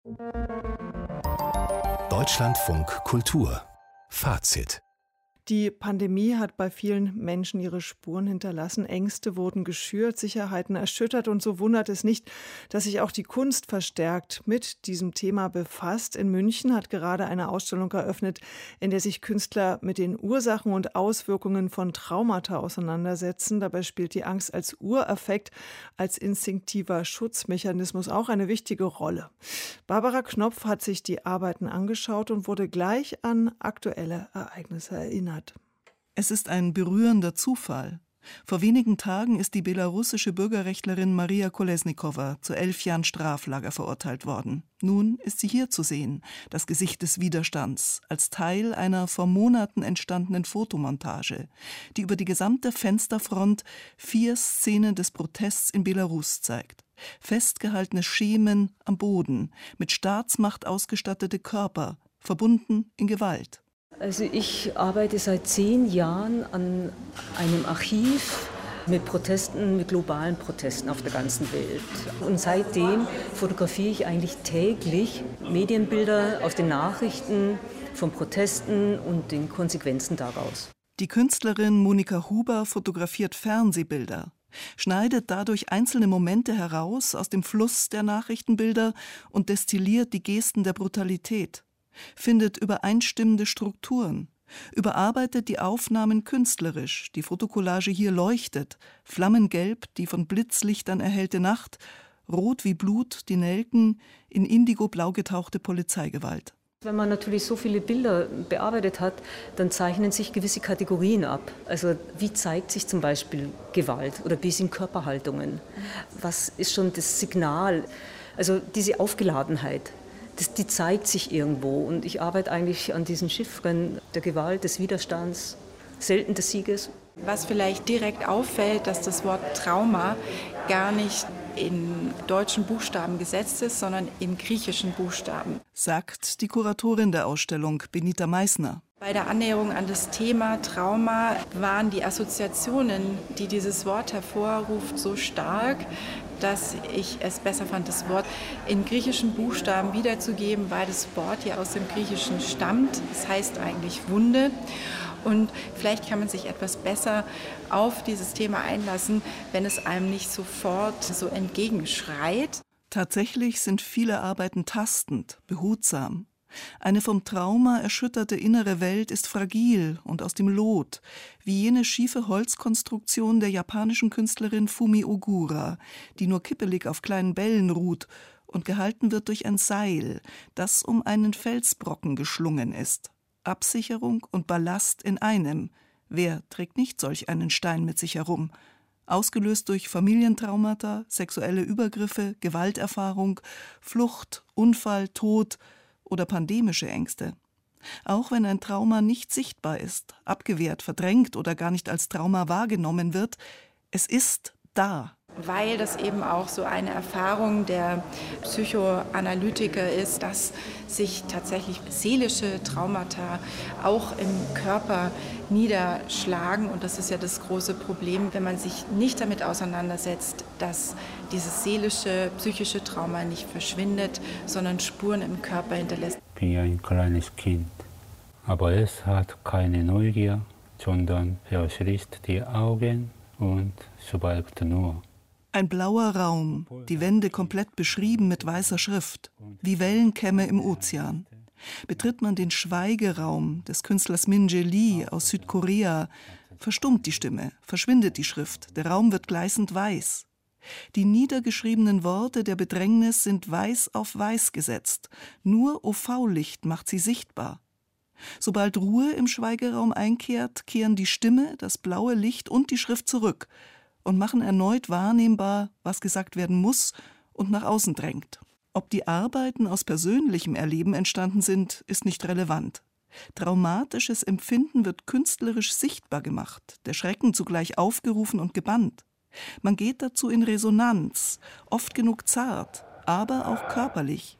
Deutschlandfunk Kultur Fazit. Die Pandemie hat bei vielen Menschen ihre Spuren hinterlassen. Ängste wurden geschürt, Sicherheiten erschüttert. Und so wundert es nicht, dass sich auch die Kunst verstärkt mit diesem Thema befasst. In München hat gerade eine Ausstellung eröffnet, in der sich Künstler mit den Ursachen und Auswirkungen von Traumata auseinandersetzen. Dabei spielt die Angst als Ureffekt, als instinktiver Schutzmechanismus auch eine wichtige Rolle. Barbara Knopf hat sich die Arbeiten angeschaut und wurde gleich an aktuelle Ereignisse erinnert. Es ist ein berührender Zufall. Vor wenigen Tagen ist die belarussische Bürgerrechtlerin Maria Kolesnikova zu 11 Jahren Straflager verurteilt worden. Nun ist sie hier zu sehen, das Gesicht des Widerstands, als Teil einer vor Monaten entstandenen Fotomontage, die über die gesamte Fensterfront 4 Szenen des Protests in Belarus zeigt. Festgehaltene Schemen am Boden, mit Staatsmacht ausgestattete Körper, verbunden in Gewalt. Also ich arbeite seit 10 Jahren an einem Archiv mit Protesten, mit globalen Protesten auf der ganzen Welt. Und seitdem fotografiere ich eigentlich täglich Medienbilder aus den Nachrichten von Protesten und den Konsequenzen daraus. Die Künstlerin Monika Huber fotografiert Fernsehbilder, schneidet dadurch einzelne Momente heraus aus dem Fluss der Nachrichtenbilder und destilliert die Gesten der Brutalität. Findet übereinstimmende Strukturen, überarbeitet die Aufnahmen künstlerisch, die Fotokollage hier leuchtet, flammengelb die von Blitzlichtern erhellte Nacht, rot wie Blut die Nelken, in indigoblau getauchte Polizeigewalt. Wenn man natürlich so viele Bilder bearbeitet hat, dann zeichnen sich gewisse Kategorien ab. Also wie zeigt sich zum Beispiel Gewalt oder wie sind Körperhaltungen? Was ist schon das Signal? Also diese Aufgeladenheit. Die zeigt sich irgendwo und ich arbeite eigentlich an diesen Chiffren der Gewalt, des Widerstands, selten des Sieges. Was vielleicht direkt auffällt, dass das Wort Trauma gar nicht in deutschen Buchstaben gesetzt ist, sondern in griechischen Buchstaben. Sagt die Kuratorin der Ausstellung, Benita Meissner. Bei der Annäherung an das Thema Trauma waren die Assoziationen, die dieses Wort hervorruft, so stark, dass ich es besser fand, das Wort in griechischen Buchstaben wiederzugeben, weil das Wort hier aus dem Griechischen stammt. Das heißt eigentlich Wunde. Und vielleicht kann man sich etwas besser auf dieses Thema einlassen, wenn es einem nicht sofort so entgegenschreit. Tatsächlich sind viele Arbeiten tastend, behutsam. Eine vom Trauma erschütterte innere Welt ist fragil und aus dem Lot, wie jene schiefe Holzkonstruktion der japanischen Künstlerin Fumi Ogura, die nur kippelig auf kleinen Bällen ruht und gehalten wird durch ein Seil, das um einen Felsbrocken geschlungen ist. Absicherung und Ballast in einem. Wer trägt nicht solch einen Stein mit sich herum? Ausgelöst durch Familientraumata, sexuelle Übergriffe, Gewalterfahrung, Flucht, Unfall, Tod oder pandemische Ängste. Auch wenn ein Trauma nicht sichtbar ist, abgewehrt, verdrängt oder gar nicht als Trauma wahrgenommen wird, es ist da. Weil das eben auch so eine Erfahrung der Psychoanalytiker ist, dass sich tatsächlich seelische Traumata auch im Körper niederschlagen. Und das ist ja das große Problem, wenn man sich nicht damit auseinandersetzt, dass dieses seelische, psychische Trauma nicht verschwindet, sondern Spuren im Körper hinterlässt. Ich bin ja ein kleines Kind, aber es hat keine Neugier, sondern verschließt die Augen und schweigt nur. Ein blauer Raum, die Wände komplett beschrieben mit weißer Schrift, wie Wellenkämme im Ozean. Betritt man den Schweigeraum des Künstlers Min Jae Lee aus Südkorea, verstummt die Stimme, verschwindet die Schrift, der Raum wird gleißend weiß. Die niedergeschriebenen Worte der Bedrängnis sind weiß auf weiß gesetzt, nur OV-Licht macht sie sichtbar. Sobald Ruhe im Schweigeraum einkehrt, kehren die Stimme, das blaue Licht und die Schrift zurück und machen erneut wahrnehmbar, was gesagt werden muss und nach außen drängt. Ob die Arbeiten aus persönlichem Erleben entstanden sind, ist nicht relevant. Traumatisches Empfinden wird künstlerisch sichtbar gemacht, der Schrecken zugleich aufgerufen und gebannt. Man geht dazu in Resonanz, oft genug zart, aber auch körperlich.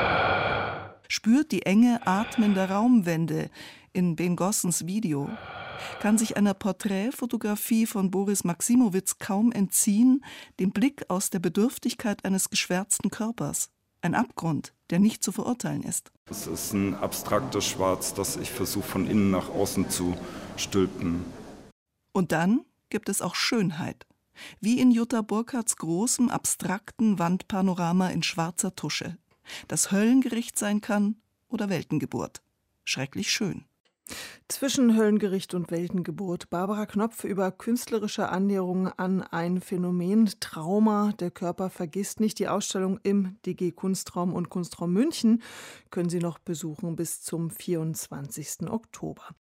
Spürt die Enge atmender Raumwände in Ben Gossens Video. kann sich einer Porträtfotografie von Boris Maximowitz kaum entziehen, dem Blick aus der Bedürftigkeit eines geschwärzten Körpers. Ein Abgrund, der nicht zu verurteilen ist. Es ist ein abstraktes Schwarz, das ich versuche von innen nach außen zu stülpen. Und dann gibt es auch Schönheit. Wie in Jutta Burkhardts großem, abstrakten Wandpanorama in schwarzer Tusche. Das Höllengericht sein kann oder Weltengeburt. Schrecklich schön. Zwischen Höllengericht und Weltengeburt. Barbara Knopf über künstlerische Annäherung an ein Phänomen. Trauma, der Körper vergisst nicht. Die Ausstellung im DG Kunstraum und Kunstraum München können Sie noch besuchen bis zum 24. Oktober.